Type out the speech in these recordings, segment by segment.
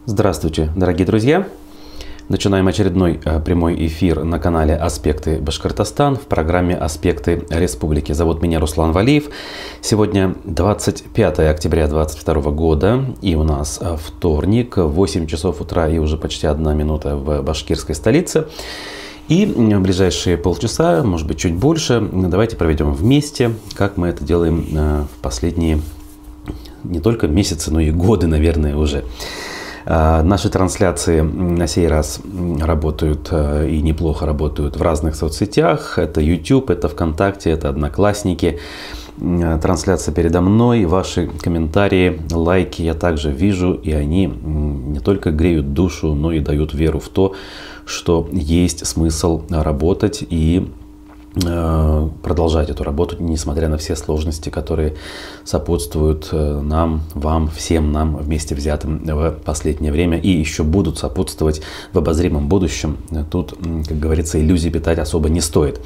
Здравствуйте, дорогие друзья! Начинаем очередной прямой эфир на канале «Аспекты Башкортостан» в программе «Аспекты Республики». Зовут меня Руслан Валиев. Сегодня 25 октября 2022 года, и у нас вторник, 8 часов утра и уже почти 1 минута в башкирской столице. И в ближайшие полчаса, может быть чуть больше, давайте проведем вместе, как мы это делаем в последние не только месяцы, но и годы, наверное, уже. Наши трансляции на сей раз работают и неплохо работают в разных соцсетях. Это YouTube, это ВКонтакте, это Одноклассники. Трансляция передо мной, ваши комментарии, лайки я также вижу, и они не только греют душу, но и дают веру в то, что есть смысл работать и продолжать эту работу, несмотря на все сложности, которые сопутствуют нам, вам, всем нам вместе взятым в последнее время и еще будут сопутствовать в обозримом будущем. Тут, как говорится, иллюзий питать особо не стоит.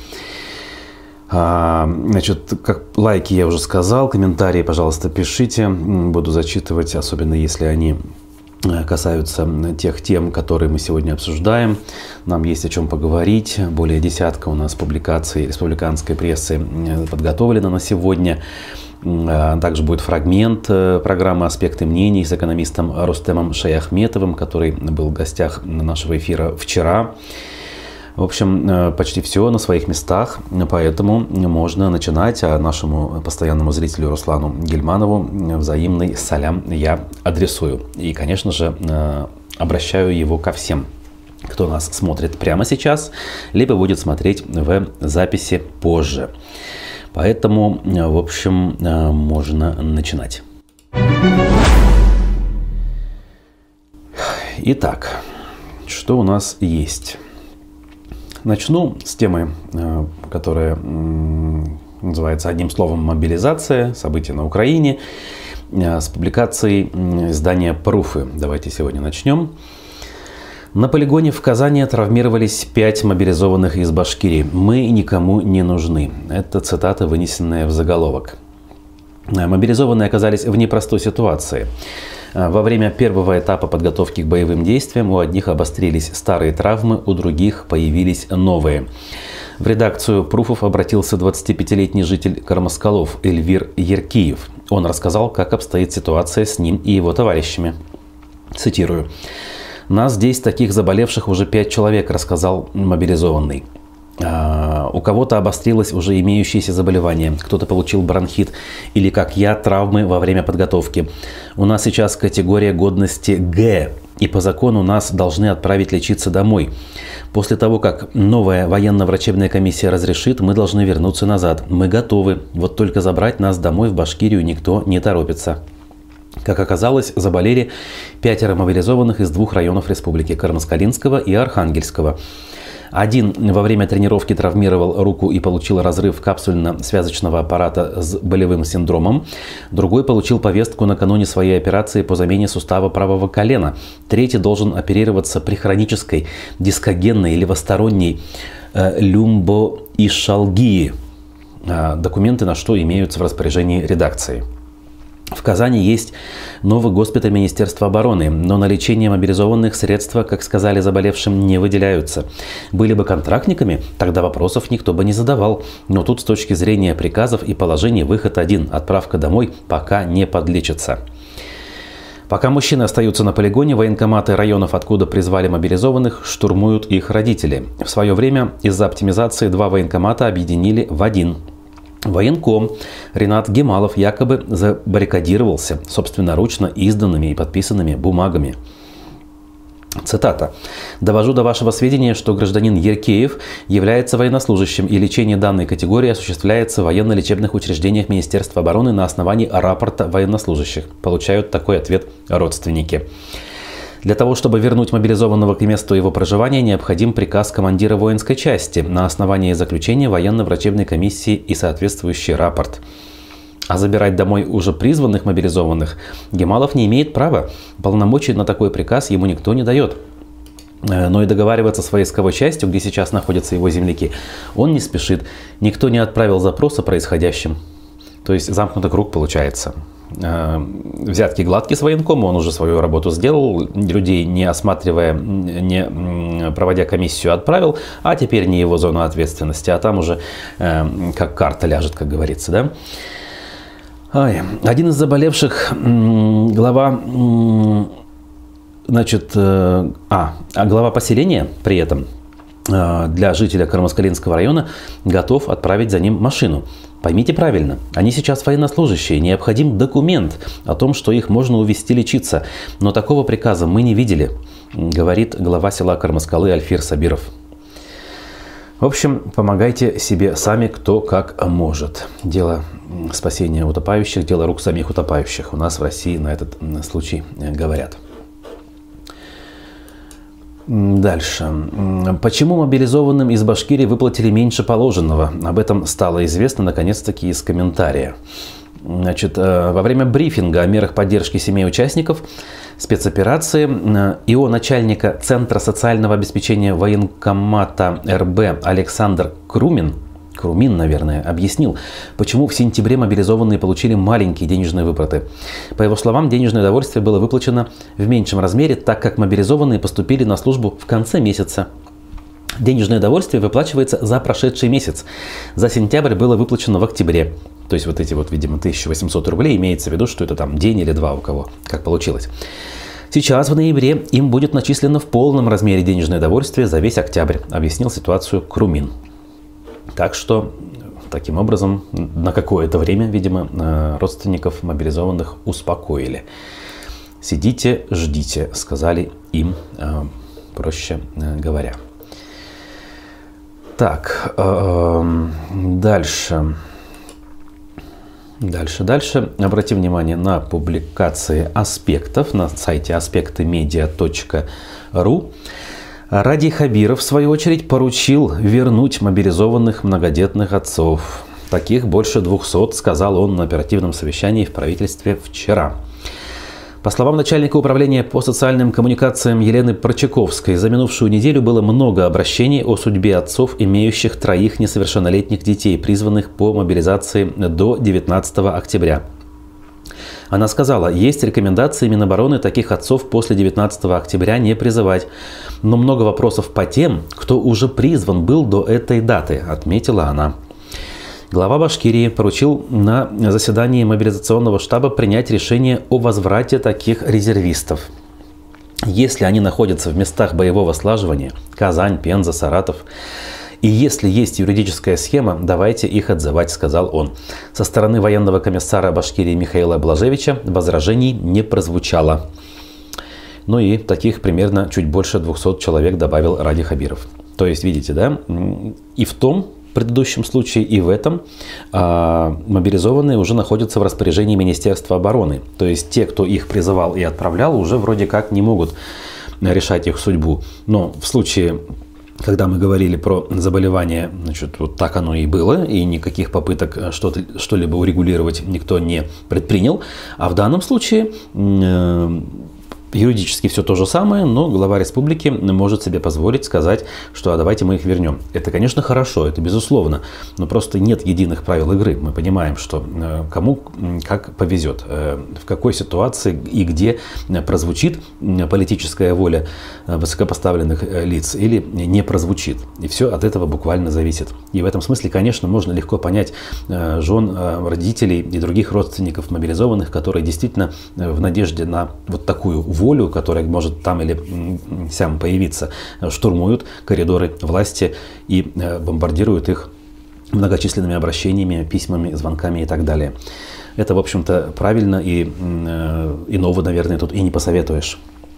Значит, как лайки я уже сказал, комментарии, пожалуйста, пишите, буду зачитывать, особенно если они касаются тех тем, которые мы сегодня обсуждаем. Нам есть о чем поговорить. Более десятка у нас публикаций республиканской прессы подготовлено на сегодня. Также будет фрагмент программы «Аспекты мнений» с экономистом Рустемом Шаяхметовым, который был в гостях нашего эфира вчера. В общем, почти все на своих местах, поэтому можно начинать. А нашему постоянному зрителю Руслану Гильманову взаимный салям я адресую. И, конечно же, обращаю его ко всем, кто нас смотрит прямо сейчас, либо будет смотреть в записи позже. Поэтому, в общем, можно начинать. Итак, что у нас есть? Начну с темы, которая называется одним словом «Мобилизация. События на Украине», с публикацией издания «Пруфы». Давайте сегодня начнем. На полигоне в Казани травмировались 5 мобилизованных из Башкирии. «Мы никому не нужны». Это цитата, вынесенная в заголовок. Мобилизованные оказались в непростой ситуации. Во время первого этапа подготовки к боевым действиям у одних обострились старые травмы, у других появились новые. В редакцию «Пруфов» обратился 25-летний житель Кармаскалов Эльвир Еркиев. Он рассказал, как обстоит ситуация с ним и его товарищами. Цитирую. «Нас здесь, таких заболевших, уже 5 человек», – рассказал мобилизованный. У кого-то обострилось уже имеющееся заболевание, кто-то получил бронхит или, как я, травмы во время подготовки. У нас сейчас категория годности Г, и по закону нас должны отправить лечиться домой. После того, как новая военно-врачебная комиссия разрешит, мы должны вернуться назад. Мы готовы, вот только забрать нас домой в Башкирию никто не торопится. Как оказалось, заболели 5 мобилизованных из 2 районов республики – Кармаскалинского и Архангельского. Один во время тренировки травмировал руку и получил разрыв капсульно-связочного аппарата с болевым синдромом. Другой получил повестку накануне своей операции по замене сустава правого колена. Третий должен оперироваться при хронической дискогенной левосторонней люмбоишалгии. Документы на что имеются в распоряжении редакции. В Казани есть новый госпиталь Министерства обороны, но на лечение мобилизованных средства, как сказали заболевшим, не выделяются. Были бы контрактниками, тогда вопросов никто бы не задавал. Но тут с точки зрения приказов и положений выход один – отправка домой, пока не подлечатся. Пока мужчины остаются на полигоне, военкоматы районов, откуда призвали мобилизованных, штурмуют их родители. В свое время из-за оптимизации 2 военкомата объединили в один. Военком Ринат Гемалов якобы забаррикадировался собственноручно изданными и подписанными бумагами. Цитата. «Довожу до вашего сведения, что гражданин Еркеев является военнослужащим, и лечение данной категории осуществляется в военно-лечебных учреждениях Министерства обороны на основании рапорта военнослужащих». Получают такой ответ родственники. Для того, чтобы вернуть мобилизованного к месту его проживания, необходим приказ командира воинской части на основании заключения военно-врачебной комиссии и соответствующий рапорт. А забирать домой уже призванных мобилизованных Гемалов не имеет права. Полномочий на такой приказ ему никто не дает. Но и договариваться с войсковой частью, где сейчас находятся его земляки, он не спешит. Никто не отправил запрос о происходящем. То есть замкнутый круг получается. взятки гладкие с военкома, он уже свою работу сделал, людей не осматривая, не проводя комиссию отправил, а теперь не его зона ответственности, а там уже как карта ляжет, как говорится, да. Один из заболевших, глава, глава поселения при этом для жителя Кармаскалинского района готов отправить за ним машину. Поймите правильно, они сейчас военнослужащие, необходим документ о том, что их можно увезти лечиться. Но такого приказа мы не видели, говорит глава села Кармаскалы Альфир Сабиров. В общем, помогайте себе сами, кто как может. Дело спасения утопающих, дело рук самих утопающих. У нас в России на этот случай говорят. Дальше. Почему мобилизованным из Башкирии выплатили меньше положенного? Об этом стало известно наконец-таки из комментария. Значит, во время брифинга о мерах поддержки семей участников спецоперации ИО начальника Центра социального обеспечения военкомата РБ Александр Крумин, наверное, объяснил, почему в сентябре мобилизованные получили маленькие денежные выплаты. По его словам, денежное довольствие было выплачено в меньшем размере, так как мобилизованные поступили на службу в конце месяца. Денежное довольствие выплачивается за прошедший месяц. За сентябрь было выплачено в октябре. То есть вот эти вот, видимо, 1800 рублей, имеется в виду, что это там день или два у кого, как получилось. Сейчас в ноябре им будет начислено в полном размере денежное довольствие за весь октябрь, объяснил ситуацию Крумин. Так что, таким образом, на какое-то время, видимо, родственников мобилизованных успокоили. Сидите, ждите, сказали им, проще говоря. Так, дальше. Обратим внимание на публикации аспектов на сайте aspectymedia.ru. Радий Хабиров, в свою очередь, поручил вернуть мобилизованных многодетных отцов. Таких больше 200, сказал он на оперативном совещании в правительстве вчера. По словам начальника управления по социальным коммуникациям Елены Прочаковской, за минувшую неделю было много обращений о судьбе отцов, имеющих 3 несовершеннолетних детей, призванных по мобилизации до 19 октября. Она сказала, есть рекомендации Минобороны таких отцов после 19 октября не призывать. Но много вопросов по тем, кто уже призван был до этой даты, отметила она. Глава Башкирии поручил на заседании мобилизационного штаба принять решение о возврате таких резервистов. Если они находятся в местах боевого слаживания – Казань, Пенза, Саратов – и если есть юридическая схема, давайте их отзывать, сказал он. Со стороны военного комиссара Башкирии Михаила Блажевича возражений не прозвучало. Ну и таких примерно чуть больше 200 человек добавил Радий Хабиров. То есть, видите, да, и в том предыдущем случае, и в этом мобилизованные уже находятся в распоряжении Министерства обороны. То есть те, кто их призывал и отправлял, уже вроде как не могут решать их судьбу. Но в случае, когда мы говорили про заболевание, значит, вот так оно и было, и никаких попыток что-либо урегулировать никто не предпринял. А в данном случае юридически все то же самое, но глава республики может себе позволить сказать, что давайте мы их вернем. Это, конечно, хорошо, это безусловно, но просто нет единых правил игры. Мы понимаем, что кому как повезет, в какой ситуации и где прозвучит политическая воля высокопоставленных лиц или не прозвучит. И все от этого буквально зависит. И в этом смысле, конечно, можно легко понять жен, родителей и других родственников мобилизованных, которые действительно в надежде на вот такую волю, которая может там или сям появиться, штурмуют коридоры власти и бомбардируют их многочисленными обращениями, письмами, звонками и так далее. Это, в общем-то, правильно, и иного, наверное, тут и не посоветуешь.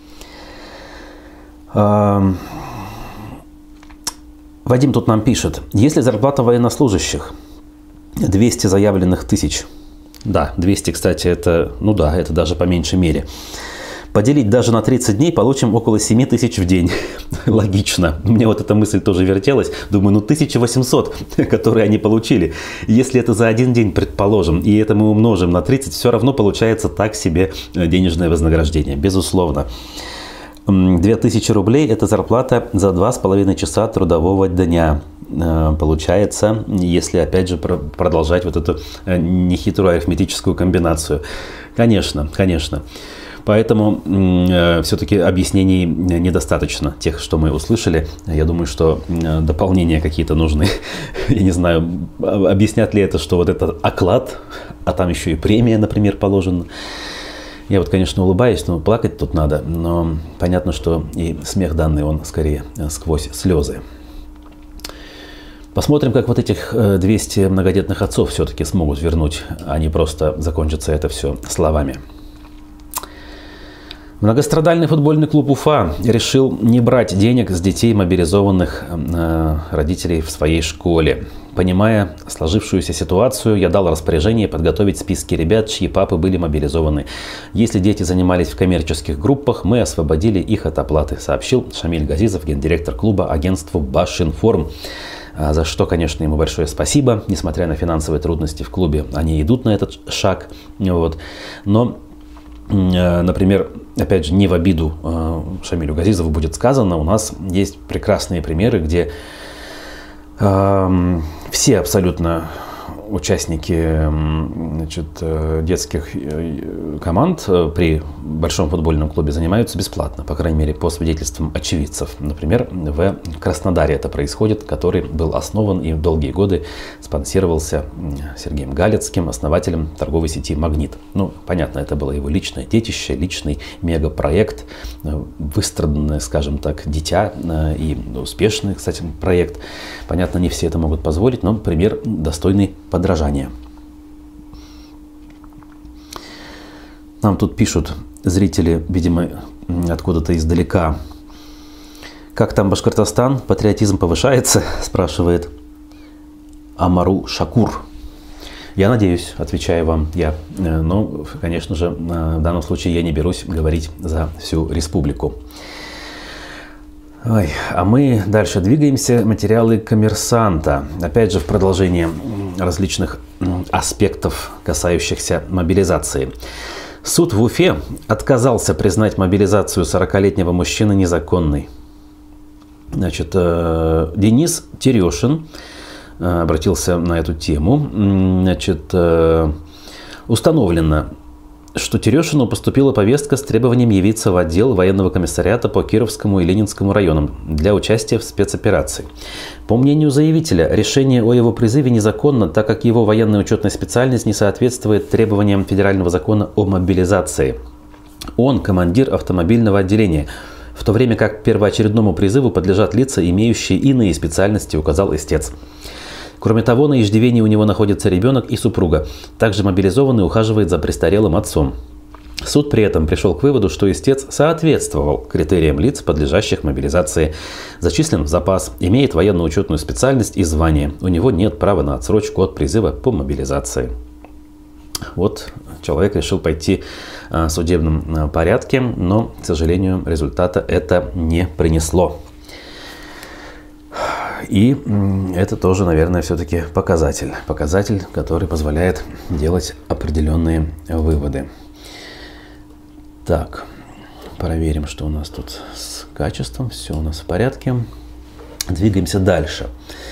Вадим тут нам пишет, если зарплата военнослужащих 200 заявленных тысяч, да, 200, кстати, это, ну да, это даже по меньшей мере, поделить даже на 30 дней, получим около 7 тысяч в день. Логично. Мне вот эта мысль тоже вертелась. Думаю, 1800, которые они получили. Если это за один день, предположим, и это мы умножим на 30, все равно получается так себе денежное вознаграждение. Безусловно. 2000 рублей – это зарплата за 2,5 часа трудового дня. получается, если опять же продолжать вот эту нехитрую арифметическую комбинацию. Конечно, конечно. Поэтому все-таки объяснений недостаточно, тех, что мы услышали. Я думаю, что дополнения какие-то нужны. Я не знаю, объяснят ли это, что вот это оклад, а там еще и премия, например, положена. Я вот, конечно, улыбаюсь, но плакать тут надо. Но понятно, что и смех данный, он скорее сквозь слезы. Посмотрим, как вот этих 200 многодетных отцов все-таки смогут вернуть, а не просто закончится это все словами. Многострадальный футбольный клуб «Уфа» решил не брать денег с детей мобилизованных родителей в своей школе. Понимая сложившуюся ситуацию, я дал распоряжение подготовить списки ребят, чьи папы были мобилизованы. Если дети занимались в коммерческих группах, мы освободили их от оплаты, сообщил Шамиль Газизов, гендиректор клуба, агентству «Башинформ». За что, конечно, ему большое спасибо. Несмотря на финансовые трудности в клубе, они идут на этот шаг. Вот. Но, например, опять же, не в обиду Шамилю Газизову будет сказано, у нас есть прекрасные примеры, где все абсолютно участники, значит, детских команд при большом футбольном клубе занимаются бесплатно, по крайней мере, по свидетельствам очевидцев. Например, в Краснодаре это происходит, который был основан и долгие годы спонсировался Сергеем Галицким, основателем торговой сети «Магнит». Ну, понятно, это было его личное детище, личный мегапроект, выстраданное, скажем так, дитя и успешный, кстати, проект. Понятно, не все это могут позволить, но пример достойный подражания. Нам тут пишут зрители, видимо, откуда-то издалека. Как там Башкортостан? Патриотизм повышается? Спрашивает Амару Шакур. Я надеюсь, отвечаю вам я. Но, конечно же, в данном случае я не берусь говорить за всю республику. Ой, а мы дальше двигаемся. Материалы «Коммерсанта». Опять же, в продолжение различных аспектов, касающихся мобилизации. Суд в Уфе отказался признать мобилизацию 40-летнего мужчины незаконной. Значит, Денис Терешин обратился на эту тему. Значит, установлено, что Терешину поступила повестка с требованием явиться в отдел военного комиссариата по Кировскому и Ленинскому районам для участия в спецоперации. По мнению заявителя, решение о его призыве незаконно, так как его военная учетная специальность не соответствует требованиям федерального закона о мобилизации. Он командир автомобильного отделения, в то время как первоочередному призыву подлежат лица, имеющие иные специальности, указал истец. Кроме того, на иждивении у него находится ребенок и супруга. Также мобилизованный ухаживает за престарелым отцом. Суд при этом пришел к выводу, что истец соответствовал критериям лиц, подлежащих мобилизации, зачислен в запас, имеет военно-учетную специальность и звание. У него нет права на отсрочку от призыва по мобилизации. Вот человек решил пойти в судебном порядке, но, к сожалению, результата это не принесло. И это тоже, наверное, все-таки показатель. Показатель, который позволяет делать определенные выводы. Так, проверим, что у нас тут с качеством. Все у нас в порядке. Двигаемся дальше.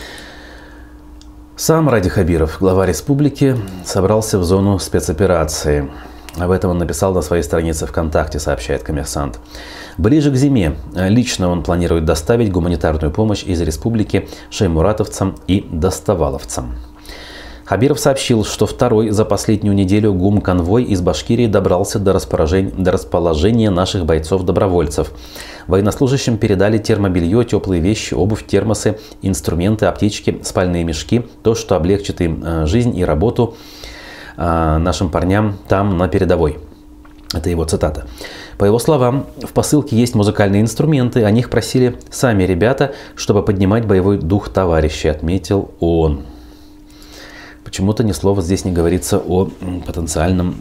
Сам Ради Хабиров, глава республики, собрался в зону спецоперации. Об этом он написал на своей странице ВКонтакте, сообщает «Коммерсант». Ближе к зиме лично он планирует доставить гуманитарную помощь из республики шаймуратовцам и доставаловцам. Хабиров сообщил, что второй за последнюю неделю гум-конвой из Башкирии добрался до расположения наших бойцов-добровольцев. Военнослужащим передали термобелье, теплые вещи, обувь, термосы, инструменты, аптечки, спальные мешки, то, что облегчит им жизнь и работу нашим парням там на передовой. Это его цитата. По его словам, в посылке есть музыкальные инструменты, о них просили сами ребята, чтобы поднимать боевой дух товарищей, отметил он. Почему-то ни слова здесь не говорится о потенциальном,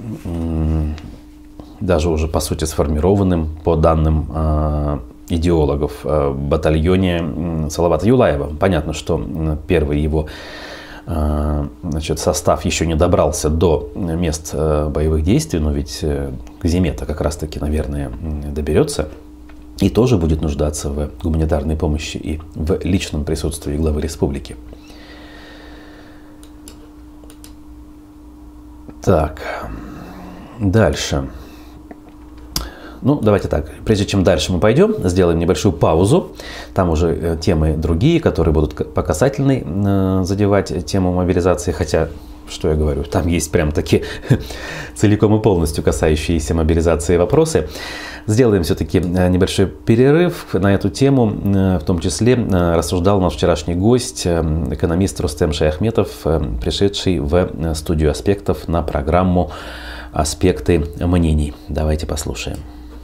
даже уже по сути сформированном, по данным идеологов, батальоне Салавата Юлаева. Понятно, что первый его состав еще не добрался до мест боевых действий, но ведь к зиме-то как раз-таки, наверное, доберется. и тоже будет нуждаться в гуманитарной помощи и в личном присутствии главы республики. Так, дальше. Ну, давайте так, прежде чем дальше мы пойдем, сделаем небольшую паузу. Там уже темы другие, которые будут по касательной задевать тему мобилизации, хотя, что я говорю, там есть прям таки целиком и полностью касающиеся мобилизации вопросы. Сделаем все-таки небольшой перерыв на эту тему. В том числе рассуждал наш вчерашний гость, экономист Рустем Шаяхметов, пришедший в студию «Аспектов» на программу «Аспекты мнений». Давайте послушаем.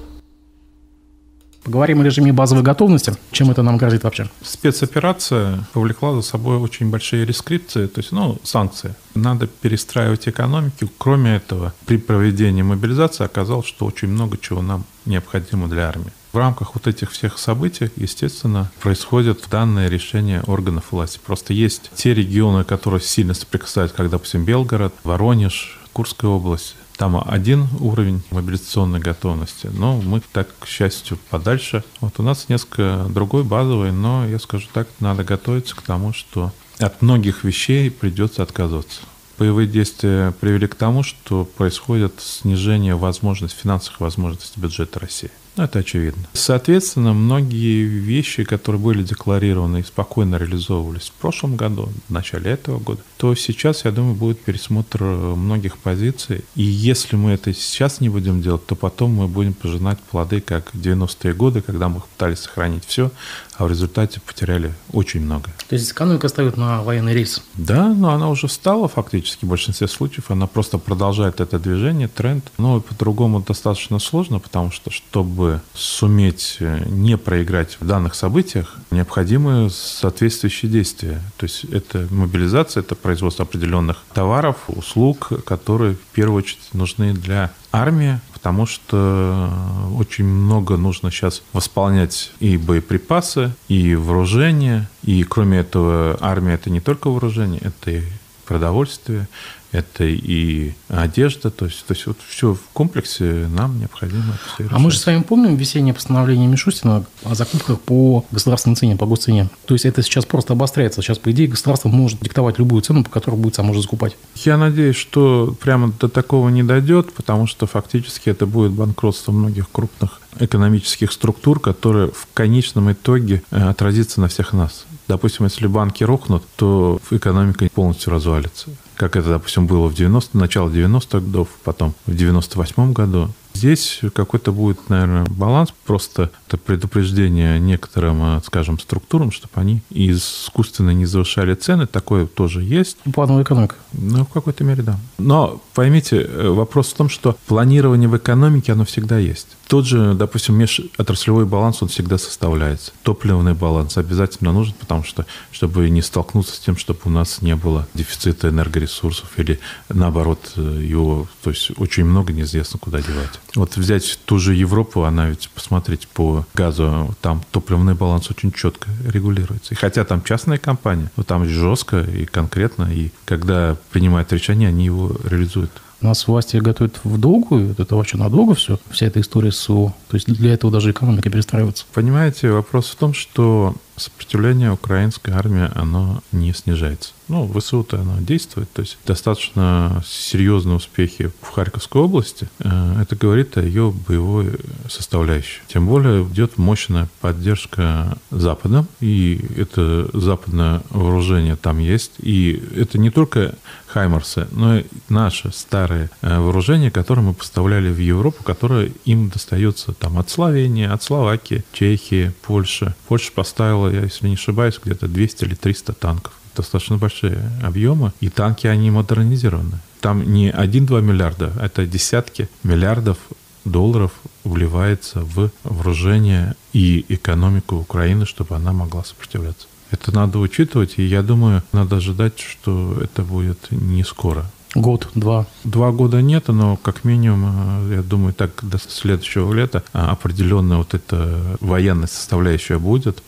Поговорим о режиме базовой готовности. Чем это нам грозит вообще? Спецоперация повлекла за собой очень большие рестрикции, то есть, санкции. Надо перестраивать экономику. Кроме этого, при проведении мобилизации оказалось, что очень много чего нам необходимо для армии. В рамках вот этих всех событий, естественно, происходит данное решение органов власти. Просто есть те регионы, которые сильно соприкасаются, как, допустим, Белгород, Воронеж, Курская область. Там один уровень мобилизационной готовности, но мы так, к счастью, подальше. Вот у нас несколько другой базовый, но, я скажу так, надо готовиться к тому, что от многих вещей придется отказываться. Боевые действия привели к тому, что происходит снижение финансовых возможностей бюджета России. Это очевидно. Соответственно, многие вещи, которые были декларированы и спокойно реализовывались в прошлом году, в начале этого года, то сейчас, я думаю, будет пересмотр многих позиций. И если мы это сейчас не будем делать, то потом мы будем пожинать плоды, как в 90-е годы, когда мы пытались сохранить все, а в результате потеряли очень много. То есть экономика ставит на военный рейс? Да, но она уже стала фактически в большинстве случаев. Она просто продолжает это движение, тренд. Но по-другому достаточно сложно, потому что, чтобы суметь не проиграть в данных событиях, необходимы соответствующие действия. То есть это мобилизация, это производство определенных товаров, услуг, которые в первую очередь нужны для армии, потому что очень много нужно сейчас восполнять и боеприпасы, и вооружение. И кроме этого, армия — это не только вооружение, это и продовольствие, это и одежда, то есть вот все в комплексе нам необходимо это все решать. А мы же с вами помним весеннее постановление Мишустина о закупках по государственной цене, по госцене. То есть это сейчас просто обостряется. Сейчас, по идее, государство может диктовать любую цену, по которой будет сам уже закупать. Я надеюсь, что прямо до такого не дойдет, потому что фактически это будет банкротство многих крупных экономических структур, которые в конечном итоге отразится на всех нас. Допустим, если банки рухнут, то экономика полностью развалится. Как это, допустим, было в начало 90-х годов, потом в 98-м году. Здесь какой-то будет, наверное, баланс. Просто это предупреждение некоторым, скажем, структурам, чтобы они искусственно не завышали цены. Такое тоже есть. Плановая экономика. Ну, в какой-то мере, да. Но поймите, вопрос в том, что планирование в экономике, оно всегда есть. Тот же, допустим, межотраслевой баланс, он всегда составляется. Топливный баланс обязательно нужен, потому что, чтобы не столкнуться с тем, чтобы у нас не было дефицита энергоресурсов или, наоборот, его, то есть очень много неизвестно, куда девать. Вот взять ту же Европу, она ведь, посмотреть по газу, там топливный баланс очень четко регулируется. И хотя там частная компания, но там жестко и конкретно, и когда принимают решение, они его реализуют. Нас власти готовят в долгую, это вообще надолго все, вся эта история с СУ. То есть для этого даже экономика перестраивается. Понимаете, вопрос в том, что сопротивление украинской армии, оно не снижается. ВСУ-то оно действует, то есть достаточно серьезные успехи в Харьковской области. Это говорит о ее боевой составляющей. Тем более идет мощная поддержка Западом, и это западное вооружение там есть. И это не только хаймарсы, но и наше старое вооружение, которое мы поставляли в Европу, которое им достается там от Словении, от Словакии, Чехии, Польши. Польша поставила, я, если не ошибаюсь, где-то 200 или 300 танков. Достаточно большие объемы, и танки, они модернизированы. Там не 1-2 миллиарда, это десятки миллиардов долларов вливается в вооружение и экономику Украины, чтобы она могла сопротивляться. Это надо учитывать, и я думаю, надо ожидать, что это будет не скоро. Год, два. 2 года нет, но как минимум, я думаю, так до следующего лета определенно вот эта военная составляющая будет,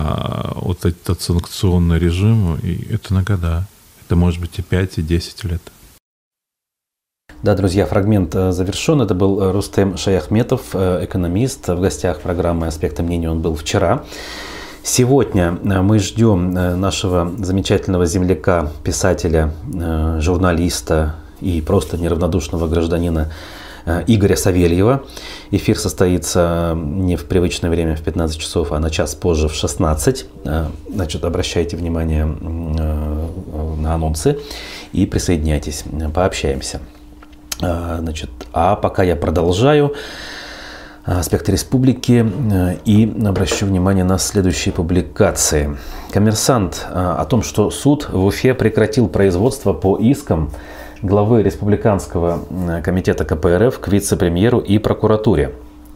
а вот этот санкционный режим, и это на года. Это может быть и 5, и 10 лет. Да, друзья, фрагмент завершен. Это был Рустем Шаяхметов, экономист. В гостях программы «Аспекты мнения» он был вчера. Сегодня мы ждем нашего замечательного земляка, писателя, журналиста и просто неравнодушного гражданина Игоря Савельева. Эфир состоится не в привычное время в 15 часов, а на час позже в 16. Значит, обращайте внимание на анонсы и присоединяйтесь, пообщаемся. Значит, а пока я продолжаю «Аспекты республики» и обращу внимание на следующие публикации. «Коммерсант» о том, что суд в Уфе прекратил производство по искам главы Республиканского комитета КПРФ к вице-премьеру и прокуратуре.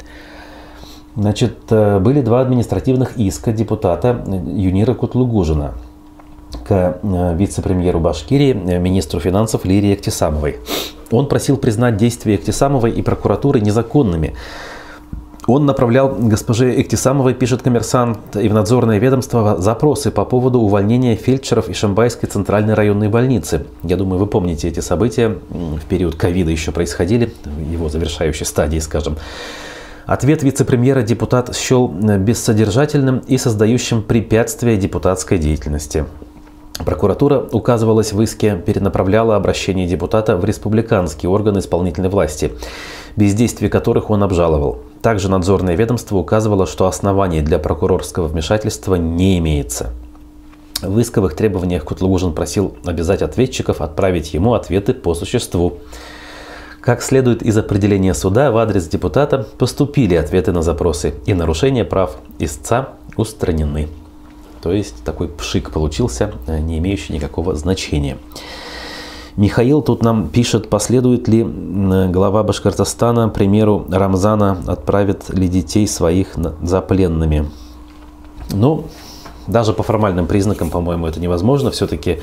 Значит, были два административных иска депутата Юнира Кутлугужина к вице-премьеру Башкирии, министру финансов Лирии Эктисамовой. Он просил признать действия Эктисамовой и прокуратуры незаконными. Он направлял госпоже Эктисамовой, пишет «Коммерсант», и в надзорное ведомство запросы по поводу увольнения фельдшеров Ишимбайской центральной районной больницы. Я думаю, вы помните эти события. В период ковида еще происходили, в его завершающей стадии, скажем. Ответ вице-премьера депутат счел бессодержательным и создающим препятствие депутатской деятельности. Прокуратура, указывалась в иске, перенаправляла обращение депутата в республиканские органы исполнительной власти, бездействие которых он обжаловал. Также надзорное ведомство указывало, что оснований для прокурорского вмешательства не имеется. В исковых требованиях Кутлугужин просил обязать ответчиков отправить ему ответы по существу. Как следует из определения суда, в адрес депутата поступили ответы на запросы, и нарушения прав истца устранены. То есть такой пшик получился, не имеющий никакого значения. Михаил тут нам пишет, последует ли глава Башкортостана примеру Рамзана, отправит ли детей своих за пленными. Ну, даже по формальным признакам, по-моему, это невозможно. Все-таки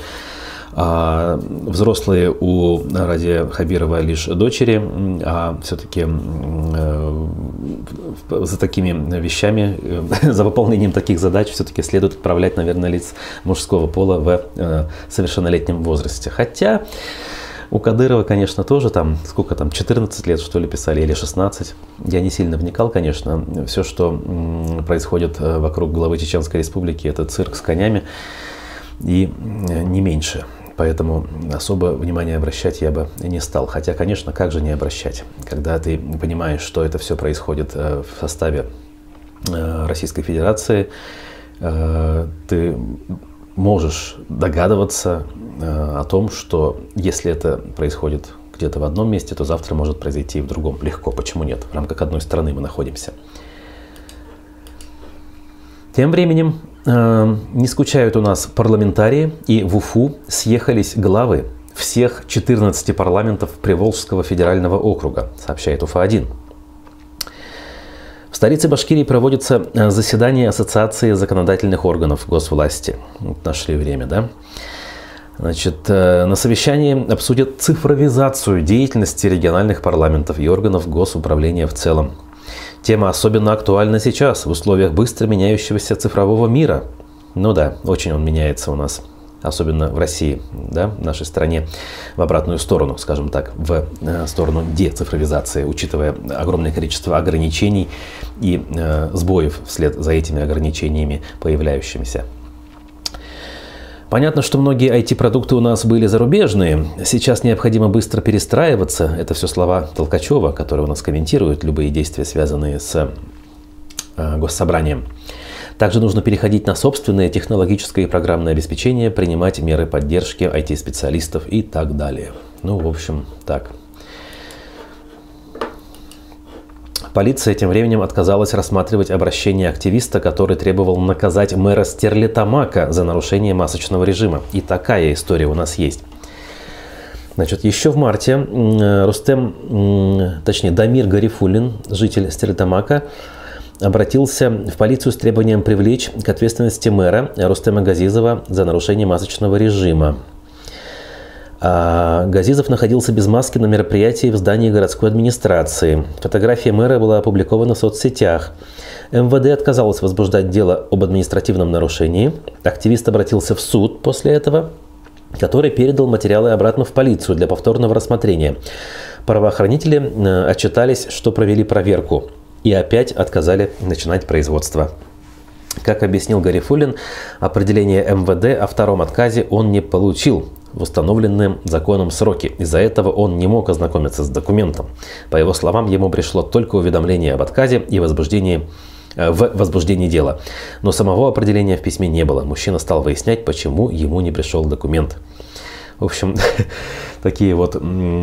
взрослые у Радия Хабирова лишь дочери, а все-таки за такими вещами, за выполнением таких задач все-таки следует отправлять, наверное, лиц мужского пола в совершеннолетнем возрасте. Хотя у Кадырова, конечно, тоже там, сколько там, 14 лет, что ли, писали, или 16. Я не сильно вникал, конечно. Все, что происходит вокруг главы Чеченской Республики, это цирк с конями и не меньше. Поэтому особо внимания обращать я бы не стал. Хотя, конечно, как же не обращать, когда ты понимаешь, что это все происходит в составе Российской Федерации, ты можешь догадываться о том, что если это происходит где-то в одном месте, то завтра может произойти и в другом. Легко, почему нет? В рамках одной страны мы находимся. Тем временем не скучают у нас парламентарии, и в Уфу съехались главы всех 14 парламентов Приволжского федерального округа, сообщает Уфа-1. В столице Башкирии проводится заседание Ассоциации законодательных органов госвласти. Вот нашли время, да? Значит, на совещании обсудят цифровизацию деятельности региональных парламентов и органов госуправления в целом. Тема особенно актуальна сейчас, в условиях быстро меняющегося цифрового мира. Ну да, очень он меняется у нас, особенно в России, да, в нашей стране, в обратную сторону, скажем так, в сторону децифровизации, учитывая огромное количество ограничений и сбоев вслед за этими ограничениями появляющимися. Понятно, что многие IT-продукты у нас были зарубежные. Сейчас необходимо быстро перестраиваться. Это все слова Толкачева, который у нас комментирует любые действия, связанные с госсобранием. Также нужно переходить на собственное технологическое и программное обеспечение, принимать меры поддержки IT-специалистов и так далее. Ну, в общем, так. Полиция тем временем отказалась рассматривать обращение активиста, который требовал наказать мэра Стерлитамака за нарушение масочного режима. И такая история у нас есть. Значит, еще в марте Дамир Гарифуллин, житель Стерлитамака, обратился в полицию с требованием привлечь к ответственности мэра Рустема Газизова за нарушение масочного режима. Газизов находился без маски на мероприятии в здании городской администрации. Фотография мэра была опубликована в соцсетях. МВД отказалось возбуждать дело об административном нарушении. Активист обратился в суд после этого, который передал материалы обратно в полицию для повторного рассмотрения. Правоохранители отчитались, что провели проверку и опять отказали начинать производство. Как объяснил Гарифуллин, определение МВД о втором отказе он не получил в установленные законом сроки. Из-за этого он не мог ознакомиться с документом. По его словам, ему пришло только уведомление об отказе и возбуждении дела. Но самого определения в письме не было. Мужчина стал выяснять, почему ему не пришел документ. В общем, такие вот,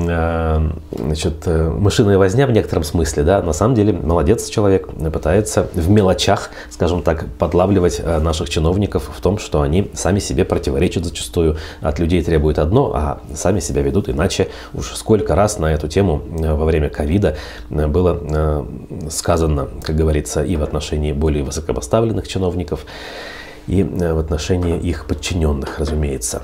мышиная возня в некотором смысле, да, на самом деле молодец человек, пытается в мелочах, скажем так, подлавливать наших чиновников в том, что они сами себе противоречат зачастую, от людей требуют одно, а сами себя ведут иначе. Уж сколько раз на эту тему во время ковида было сказано, как говорится, и в отношении более высокопоставленных чиновников, и в отношении их подчиненных, разумеется.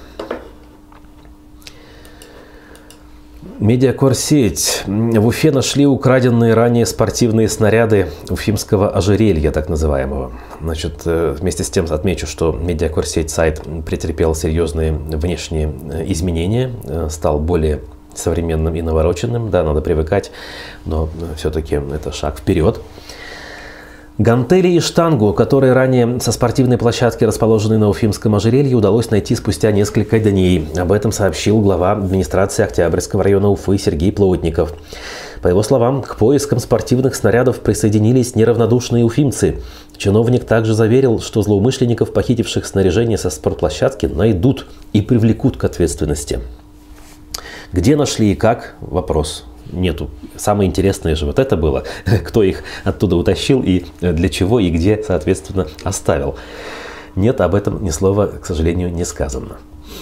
Медиакорсеть. В Уфе нашли украденные ранее спортивные снаряды уфимского ожерелья, так называемого. Значит, вместе с тем отмечу, что Медиакорсеть сайт претерпел серьезные внешние изменения, стал более современным и навороченным. Да, надо привыкать, но все-таки это шаг вперед. Гантели и штангу, которые ранее со спортивной площадки, расположенной на Уфимском ожерелье, удалось найти спустя несколько дней. Об этом сообщил глава администрации Октябрьского района Уфы Сергей Плотников. По его словам, к поискам спортивных снарядов присоединились неравнодушные уфимцы. Чиновник также заверил, что злоумышленников, похитивших снаряжение со спортплощадки, найдут и привлекут к ответственности. Где нашли и как – вопрос. Нету. Самое интересное же вот это было, кто их оттуда утащил и для чего и где, соответственно, оставил. Нет, об этом ни слова, к сожалению, не сказано.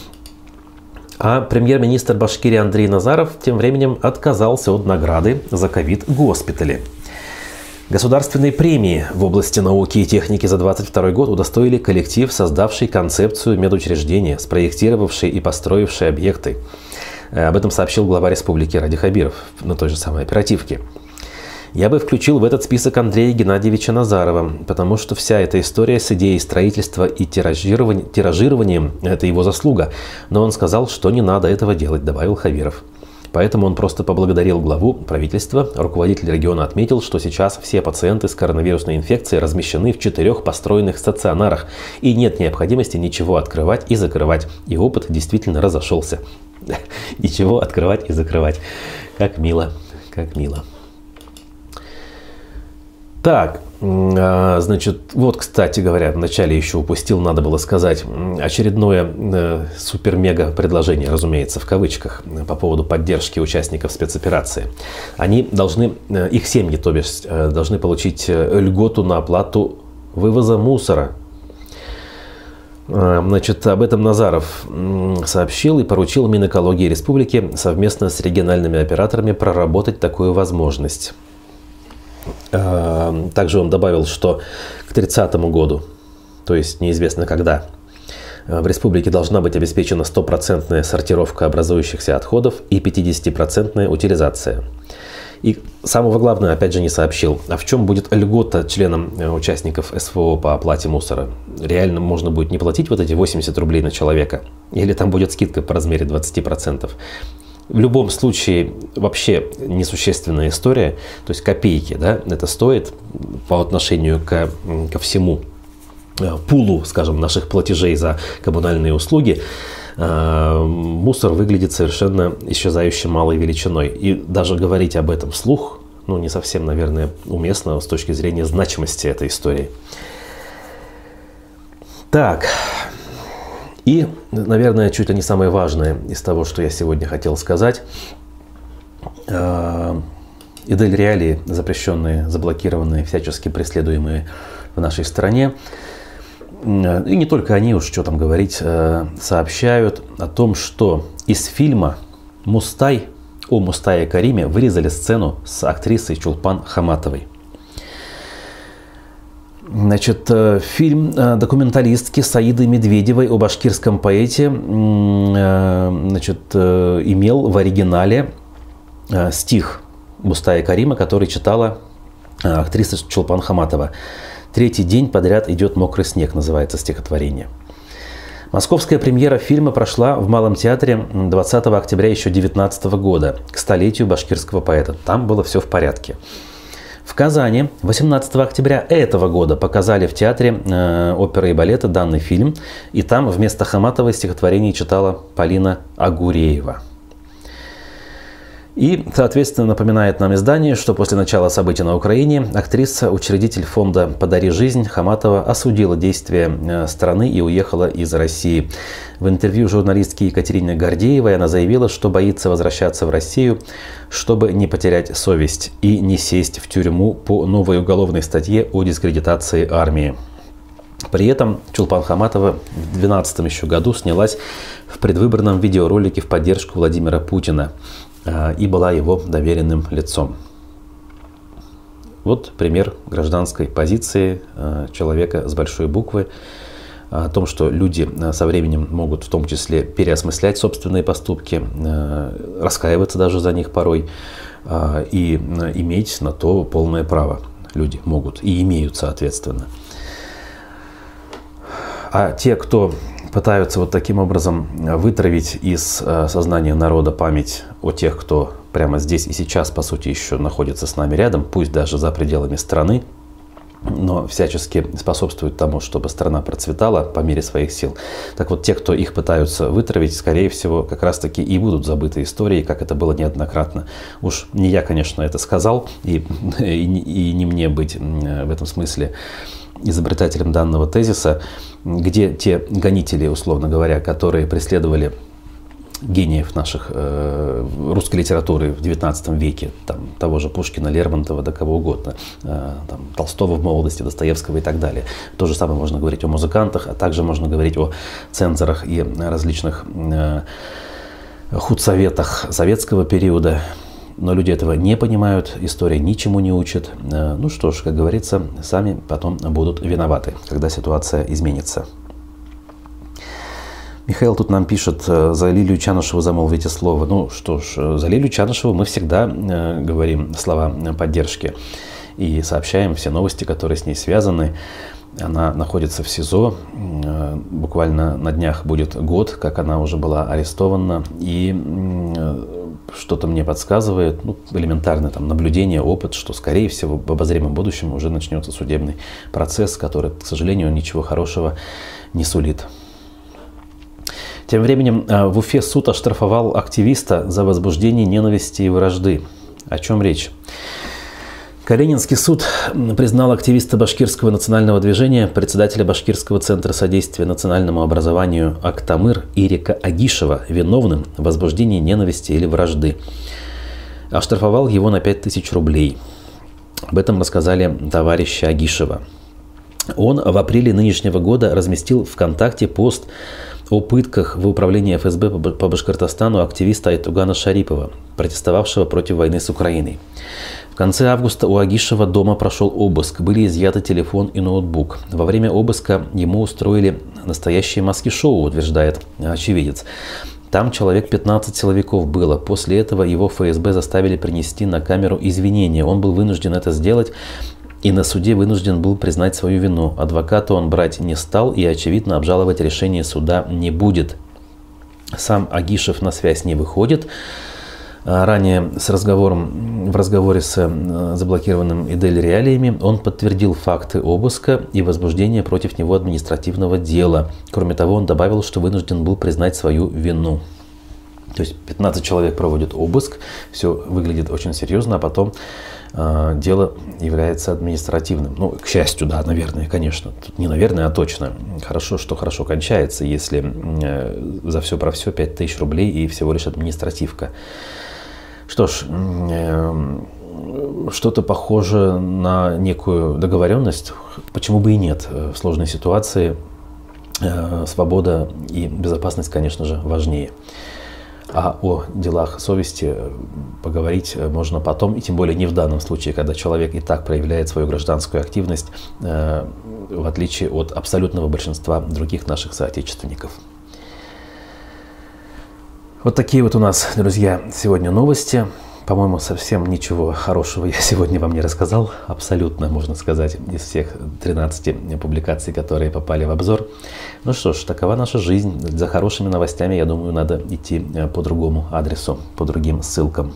А премьер-министр Башкирии Андрей Назаров тем временем отказался от награды за ковид-госпитали. Государственной премии в области науки и техники за 2022 год удостоили коллектив, создавший концепцию медучреждения, спроектировавший и построивший объекты. Об этом сообщил глава республики Ради Хабиров на той же самой оперативке. Я бы включил в этот список Андрея Геннадьевича Назарова, потому что вся эта история с идеей строительства и тиражированием – это его заслуга. Но он сказал, что не надо этого делать, добавил Хабиров. Поэтому он просто поблагодарил главу правительства. Руководитель региона отметил, что сейчас все пациенты с коронавирусной инфекцией размещены в 4 построенных стационарах. И нет необходимости ничего открывать и закрывать. И опыт действительно разошелся. Ничего открывать и закрывать. Как мило, как мило. Так, значит, вот, кстати говоря, вначале еще упустил, надо было сказать, очередное супер-мега предложение, разумеется, в кавычках, по поводу поддержки участников спецоперации. Они должны, их семьи, то бишь, должны получить льготу на оплату вывоза мусора. Значит, об этом Назаров сообщил и поручил Минэкологии Республики совместно с региональными операторами проработать такую возможность. Также он добавил, что к 30 году, то есть неизвестно когда, в республике должна быть обеспечена 100% сортировка образующихся отходов и 50% утилизация. И самого главного, опять же, не сообщил, а в чем будет льгота членам участников СВО по оплате мусора. Реально можно будет не платить вот эти 80 рублей на человека, или там будет скидка по размере 20%. В любом случае, вообще несущественная история, то есть копейки, да, это стоит по отношению ко всему пулу, скажем, наших платежей за коммунальные услуги. Мусор выглядит совершенно исчезающе малой величиной. И даже говорить об этом вслух, ну, не совсем, наверное, уместно с точки зрения значимости этой истории. Так. И, наверное, чуть ли не самое важное из того, что я сегодня хотел сказать. Идель-реалии, запрещенные, заблокированные, всячески преследуемые в нашей стране, и не только они, уж что там говорить, сообщают о том, что из фильма «Мустай» о Мустае Кариме вырезали сцену с актрисой Чулпан Хаматовой. Значит, фильм документалистки Саиды Медведевой о башкирском поэте, значит, имел в оригинале стих Мустая Карима, который читала актриса Чулпан Хаматова. «Третий день подряд идет мокрый снег» называется стихотворение. Московская премьера фильма прошла в Малом театре 20 октября еще 19 года, к столетию башкирского поэта. Там было все в порядке. В Казани 18 октября этого года показали в театре оперы и балета данный фильм, и там вместо Хаматовой стихотворение читала Полина Агуреева. И, соответственно, напоминает нам издание, что после начала событий на Украине актриса, учредитель фонда «Подари жизнь» Хаматова осудила действия страны и уехала из России. В интервью журналистке Екатерине Гордеевой она заявила, что боится возвращаться в Россию, чтобы не потерять совесть и не сесть в тюрьму по новой уголовной статье о дискредитации армии. При этом Чулпан Хаматова в 2012 еще году снялась в предвыборном видеоролике в поддержку Владимира Путина и была его доверенным лицом. Вот пример гражданской позиции человека с большой буквы о том, что люди со временем могут в том числе переосмыслять собственные поступки, раскаиваться даже за них порой и иметь на то полное право. Люди могут и имеют, соответственно. А те, кто пытаются вот таким образом вытравить из сознания народа память о тех, кто прямо здесь и сейчас, по сути, еще находится с нами рядом, пусть даже за пределами страны, но всячески способствуют тому, чтобы страна процветала по мере своих сил. Так вот, те, кто их пытаются вытравить, скорее всего, как раз-таки и будут забыты историей, как это было неоднократно. Уж не я, конечно, это сказал, и не мне быть в этом смысле изобретателем данного тезиса, где те гонители, условно говоря, которые преследовали гениев наших русской литературы в XIX веке, там, того же Пушкина, Лермонтова, да кого угодно, там, Толстого в молодости, Достоевского и так далее. То же самое можно говорить о музыкантах, а также можно говорить о цензорах и различных худсоветах советского периода. Но люди этого не понимают, история ничему не учит. Ну что ж, как говорится, сами потом будут виноваты, когда ситуация изменится. Михаил тут нам пишет: за Лилию Чанышеву замолвите слово. Ну что ж, за Лилию Чанышеву мы всегда говорим слова поддержки и сообщаем все новости, которые с ней связаны. Она находится в СИЗО, буквально на днях будет год, как она уже была арестована, и что-то мне подсказывает, ну, элементарное там наблюдение, опыт, что, скорее всего, в обозримом будущем уже начнется судебный процесс, который, к сожалению, ничего хорошего не сулит. Тем временем в Уфе суд оштрафовал активиста за возбуждение ненависти и вражды. О чем речь? Калининский суд признал активиста башкирского национального движения, председателя Башкирского центра содействия национальному образованию Актамыр Ирика Агишева виновным в возбуждении ненависти или вражды. Оштрафовал его на 5000 рублей. Об этом рассказали товарищи Агишева. Он в апреле нынешнего года разместил ВКонтакте пост о пытках в управлении ФСБ по Башкортостану активиста Айтугана Шарипова, протестовавшего против войны с Украиной. В конце августа у Агишева дома прошел обыск, были изъяты телефон и ноутбук. Во время обыска ему устроили настоящее маски-шоу, утверждает очевидец. Там человек 15 силовиков было. После этого его ФСБ заставили принести на камеру извинения. Он был вынужден это сделать и на суде вынужден был признать свою вину. Адвоката он брать не стал и, очевидно, обжаловать решение суда не будет. Сам Агишев на связь не выходит. Ранее в разговоре с заблокированным Идель Реалиями он подтвердил факты обыска и возбуждения против него административного дела. Кроме того, он добавил, что вынужден был признать свою вину. То есть 15 человек проводят обыск, все выглядит очень серьезно, а потом дело является административным. Ну, к счастью, да, наверное, конечно. Тут не наверное, а точно. Хорошо, что хорошо кончается, если за все про все 5000 рублей и всего лишь административка. Что ж, что-то похоже на некую договоренность. Почему бы и нет? В сложной ситуации свобода и безопасность, конечно же, важнее. А о делах совести поговорить можно потом, и тем более не в данном случае, когда человек и так проявляет свою гражданскую активность, в отличие от абсолютного большинства других наших соотечественников. Вот такие вот у нас, друзья, сегодня новости. По-моему, совсем ничего хорошего я сегодня вам не рассказал. Абсолютно, можно сказать, из всех 13 публикаций, которые попали в обзор. Ну что ж, такова наша жизнь. За хорошими новостями, я думаю, надо идти по другому адресу, по другим ссылкам.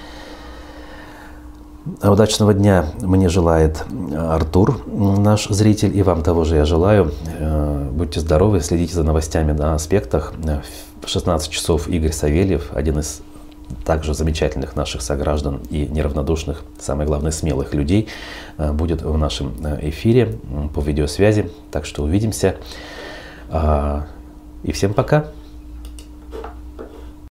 Удачного дня мне желает Артур, наш зритель, и вам того же я желаю. Будьте здоровы, следите за новостями на Аспектах. В 16 часов Игорь Савельев, один из также замечательных наших сограждан и неравнодушных, самое главное, смелых людей, будет в нашем эфире по видеосвязи. Так что увидимся. И всем пока!